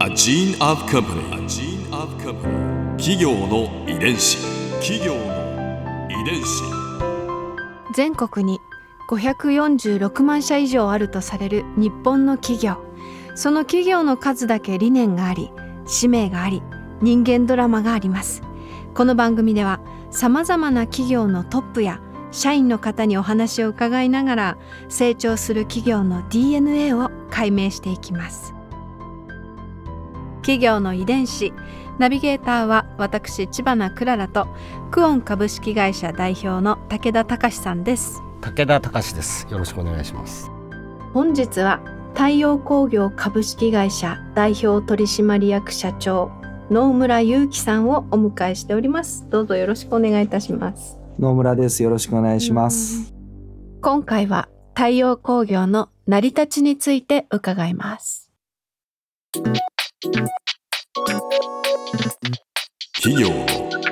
gene of company. A gene of company. 企業の遺伝子。企業の遺伝子。 全国に546万社以上あるとされる日本の企業。その企業の数だけ理念があり、使命があり、人間ドラマがあります。この番組ではさまざまな企業のトップや社員の方にお話を伺いながら、成長する企業の DNA を解明していきます。企業の遺伝子。ナビゲーターは私知花くららと、クオン株式会社代表の武田隆さんです。 武田隆です。よろしくお願いします。 本日は太陽工業株式会社代表取締役社長能村祐樹さんをお迎えしております。どうぞよろしくお願いいたします。 野村です。よろしくお願いします。 今回は太陽工業の成り立ちについて伺います。 企業の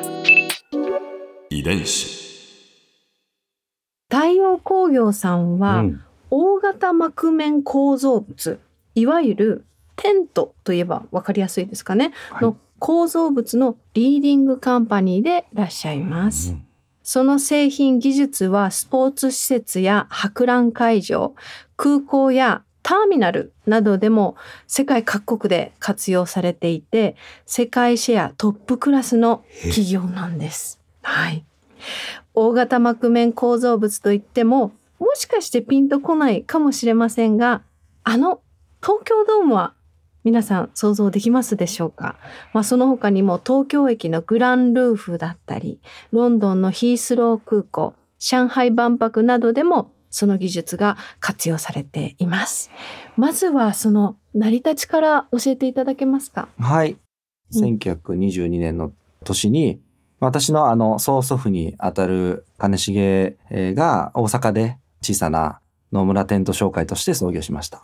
遺伝子。 太陽工業さんは、大型膜面構造物、いわゆるテントといえば分かりやすいですかね、の構造物のリーディングカンパニーでいらっしゃいます。その製品技術はスポーツ施設や博覧会場、空港やターミナルなどでも世界各国で活用されていて、世界シェアトップクラスの企業なんです。はい。大型膜面構造物といっても、もしかしてピンとこないかもしれませんが、東京ドームは皆さん想像できますでしょうか。その他にも東京駅のグランルーフだったり、ロンドンのヒースロー空港、上海万博などでもその技術が活用されています。まずはその成り立ちから教えていただけますか。 はい。1922年の年に、私の曽祖父にあたる金重が大阪で小さな野村テント商会として創業しました。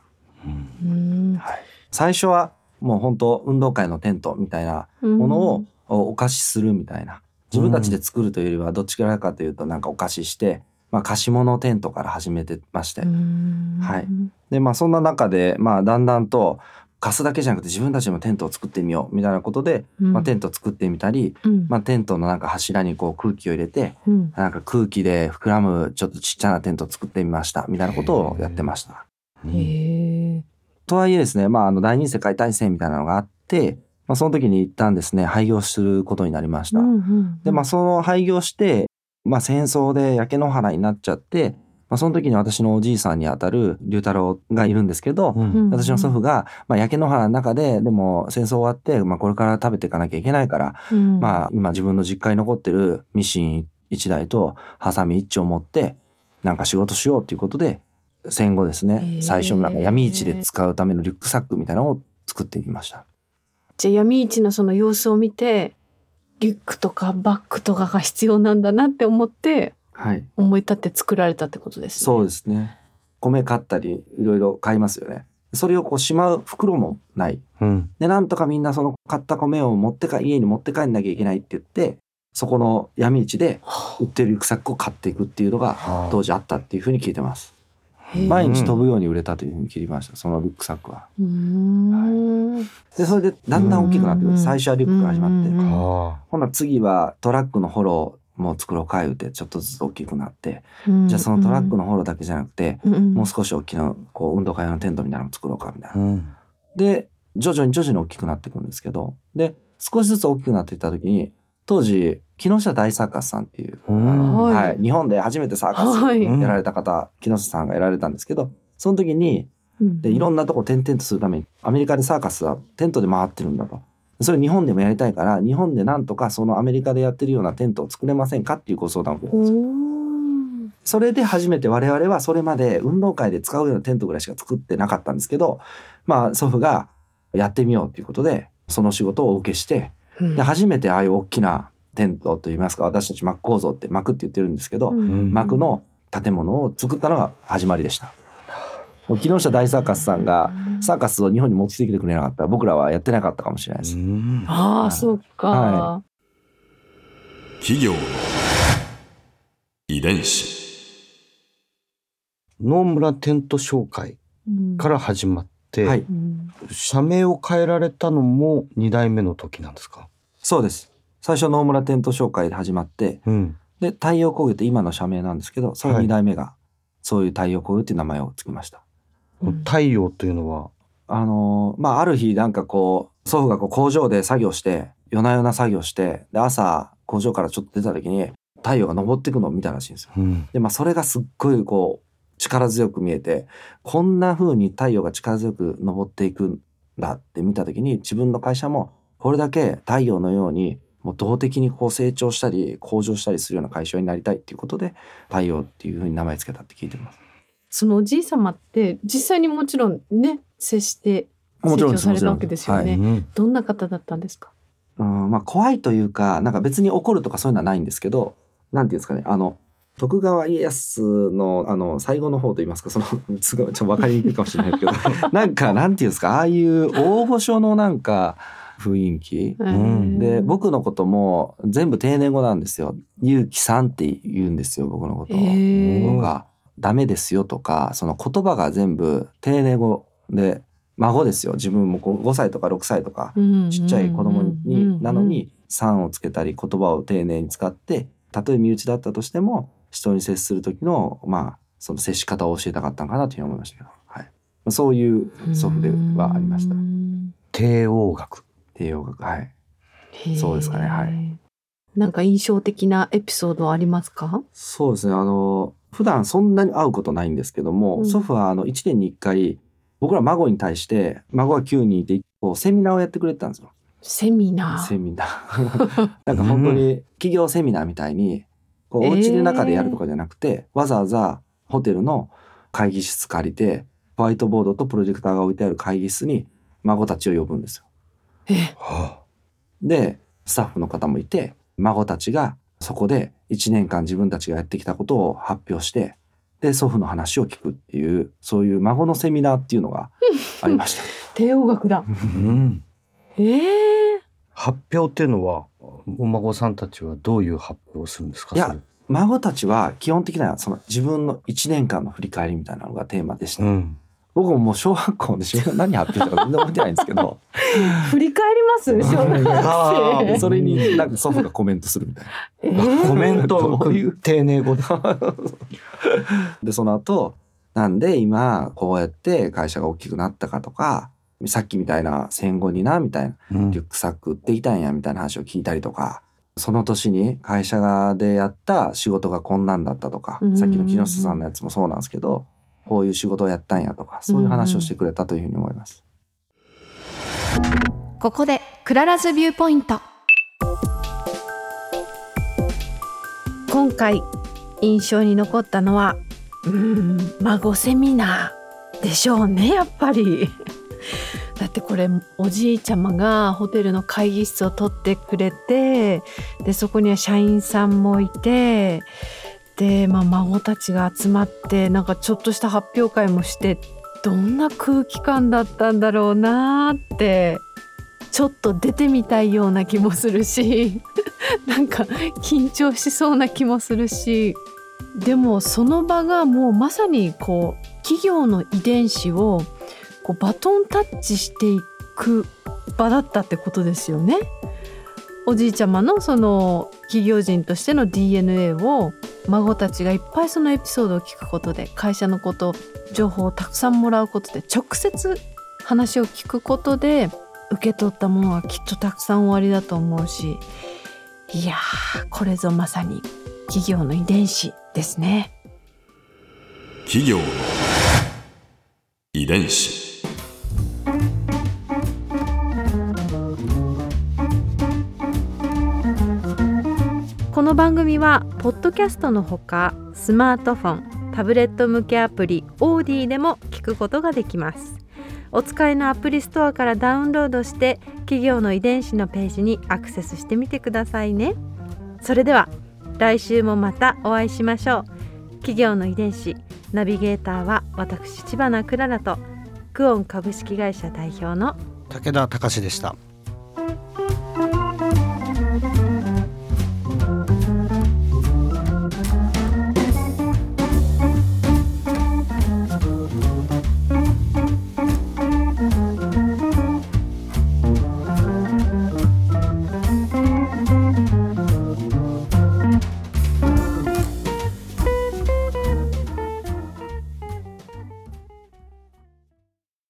最初はもう本当運動会のテントみたいなものをお貸しするみたいな、自分たちで作るというよりはどっちからかというとなんかお貸しして、貸し物テントから始めてまして、はい。でそんな中でだんだんと貸すだけじゃなくて自分たちのテントを作ってみようみたいなことで、テント作ってみたり、テントのなんか柱にこう空気を入れて、なんか空気で膨らむちょっとちっちゃなテントを作ってみましたみたいなことをやってました。とはいえですね、第二次世界大戦みたいなのがあって、その時に一旦ですね廃業することになりました。でその廃業して戦争で焼け野原になっちゃって、その時に私のおじいさんにあたる龍太郎がいるんですけど、私の祖父が、焼け野原の中で、でも戦争終わって、これから食べていかなきゃいけないから、今自分の実家に残ってるミシン1台とハサミ1丁持ってなんか仕事しようということで、戦後ですね、最初のなんか闇市で使うためのリュックサックみたいなのを作ってみました。 じゃあ闇市のその様子を見て、リュックとかバッグとかが必要なんだなって思って、思い立って作られたってことですね。 そうですね。米買ったりいろいろ買いますよね。それをこうしまう袋もない、でなんとかみんなその買った米を家に持って帰んなきゃいけないって言って、そこの闇市で売ってるリュックサックを買っていくっていうのが当時あったっていうふうに聞いてます。毎日飛ぶように売れたというふうに聞きました、そのリュックサックは。でそれでだんだん大きくなってくる。最初はリュックが始まって、ほな次はトラックのホロもう作ろうか言うてちょっとずつ大きくなって、じゃあそのトラックのホロだけじゃなくて、もう少し大きなこう運動会用のテントみたいなのも作ろうかみたいな、で徐々に大きくなっていくんですけど、で少しずつ大きくなっていった時に、当時木下大サーカスさんっていう、日本で初めてサーカスやられた方、木下さんがやられたんですけど、その時にでいろんなとこ転々とするために、アメリカでサーカスはテントで回ってるんだと。それ日本でもやりたいから、日本でなんとかそのアメリカでやってるようなテントを作れませんかっていうご相談を受けたんですよ。それで初めて我々はそれまで運動会で使うようなテントぐらいしか作ってなかったんですけど、祖父がやってみようということでその仕事をお受けして、で初めてああいう大きなテントといいますか、私たち膜構造って膜って言ってるんですけど、膜の建物を作ったのが始まりでした。木下大サーカスさんがサーカスを日本に持ってきてくれなかったら、僕らはやってなかったかもしれないです。 そうか、 企業の遺伝子。 野村テント商会から始まっ 、 はい、 社名を変えられたのも2代目の時なんですか？ そうです。最初野村テント商会で始まって、で太陽工業って今の社名なんですけど、その2代目がそういう太陽工業っていう名前をつけました。 太陽というのはある日なんかこう祖父がこう工場で作業して夜な夜な作業して、で朝工場からちょっと出た時に太陽が昇っていくのを見たらしいんですよ。でそれがすっごいこう力強く見えて、こんな風に太陽が力強く昇っていくんだって見た時に、自分の会社もこれだけ太陽のようにもう動的にこう成長したり向上したりするような会社になりたいっていうことで、太陽っていう風に名前つけたって聞いてます。 そのおじい様って実際にもちろんね接して成長されたわけですよね。どんな方だったんですか？ 怖いというか、なんか別に怒るとかそういうのはないんですけど、なんていうんですかね、徳川家康の最後の方といいますか、すごいちょっと分かりにくいかもしれないけどなんかなんていうんですか、ああいう大御所のなんか雰囲気、で僕のことも全部丁寧語なんですよ。ゆうきさんって言うんですよ、僕のことを。僕がダメですよとか、その言葉が全部丁寧語で、孫ですよ。自分も5歳とか6歳とかちっちゃい子供になのにさんをつけたり言葉を丁寧に使って、たとえ身内だったとしても人に接する時のその接し方を教えたかったのかなというふうに思いましたけど、はい、そういう祖父ではありました。 帝王学、 はい、そうですかね。はい。 なんか印象的なエピソードありますか？ そうですね。普段そんなに会うことないんですけども、祖父は1年に1回僕ら孫に対して、孫が9人いてセミナーをやってくれてたんですよ。 セミナーなんか本当に企業セミナーみたいにお家の中でやるとかじゃなくて、わざわざホテルの会議室借りてホワイトボードとプロジェクターが置いてある会議室に孫たちを呼ぶんですよ。でスタッフの方もいて、孫たちがそこで1年間自分たちがやってきたことを発表して、で祖父の話を聞くっていう、そういう孫のセミナーっていうのがありました。 帝王学だ。 発表っていうのはお孫さんたちはどういう発表をするんですか？ いや、孫たちは基本的には自分の1年間の振り返りみたいなのがテーマでした。僕ももう小学校で何発表したか全然覚えてないんですけど振り返ります小学生それになんか祖父がコメントするみたいな、 コメントを丁寧語ででその後なんで今こうやって会社が大きくなったかとか、さっきみたいな戦後になみたいな、リュックサック売っていたんやみたいな話を聞いたりとか、その年に会社でやった仕事がこんなんだったとか、さっきの木下さんのやつもそうなんですけど、こういう仕事をやったんやとか、そういう話をしてくれたというふうに思います。 ここでクララズビューポイント。今回印象に残ったのは孫セミナーでしょうね、やっぱりだってこれおじいちゃまがホテルの会議室を取ってくれて、でそこには社員さんもいて、で、孫たちが集まってなんかちょっとした発表会もして、どんな空気感だったんだろうなってちょっと出てみたいような気もするしなんか緊張しそうな気もするし、でもその場がもうまさに企業の遺伝子をバトンタッチしていく場だったってことですよね。おじいちゃまのその企業人としての DNA を孫たちがいっぱいそのエピソードを聞くことで、会社のこと情報をたくさんもらうことで、直接話を聞くことで受け取ったものはきっとたくさんおありだと思うし、いやー、これぞまさに企業の遺伝子ですね。 企業の遺伝子。 この番組はポッドキャストのほか、スマートフォン、タブレット向けアプリオーディでも聞くことができます。お使いのアプリストアからダウンロードして企業の遺伝子のページにアクセスしてみてくださいね。それでは来週もまたお会いしましょう。企業の遺伝子ナビゲーターは私、知花くららとクオン株式会社代表の武田隆でした。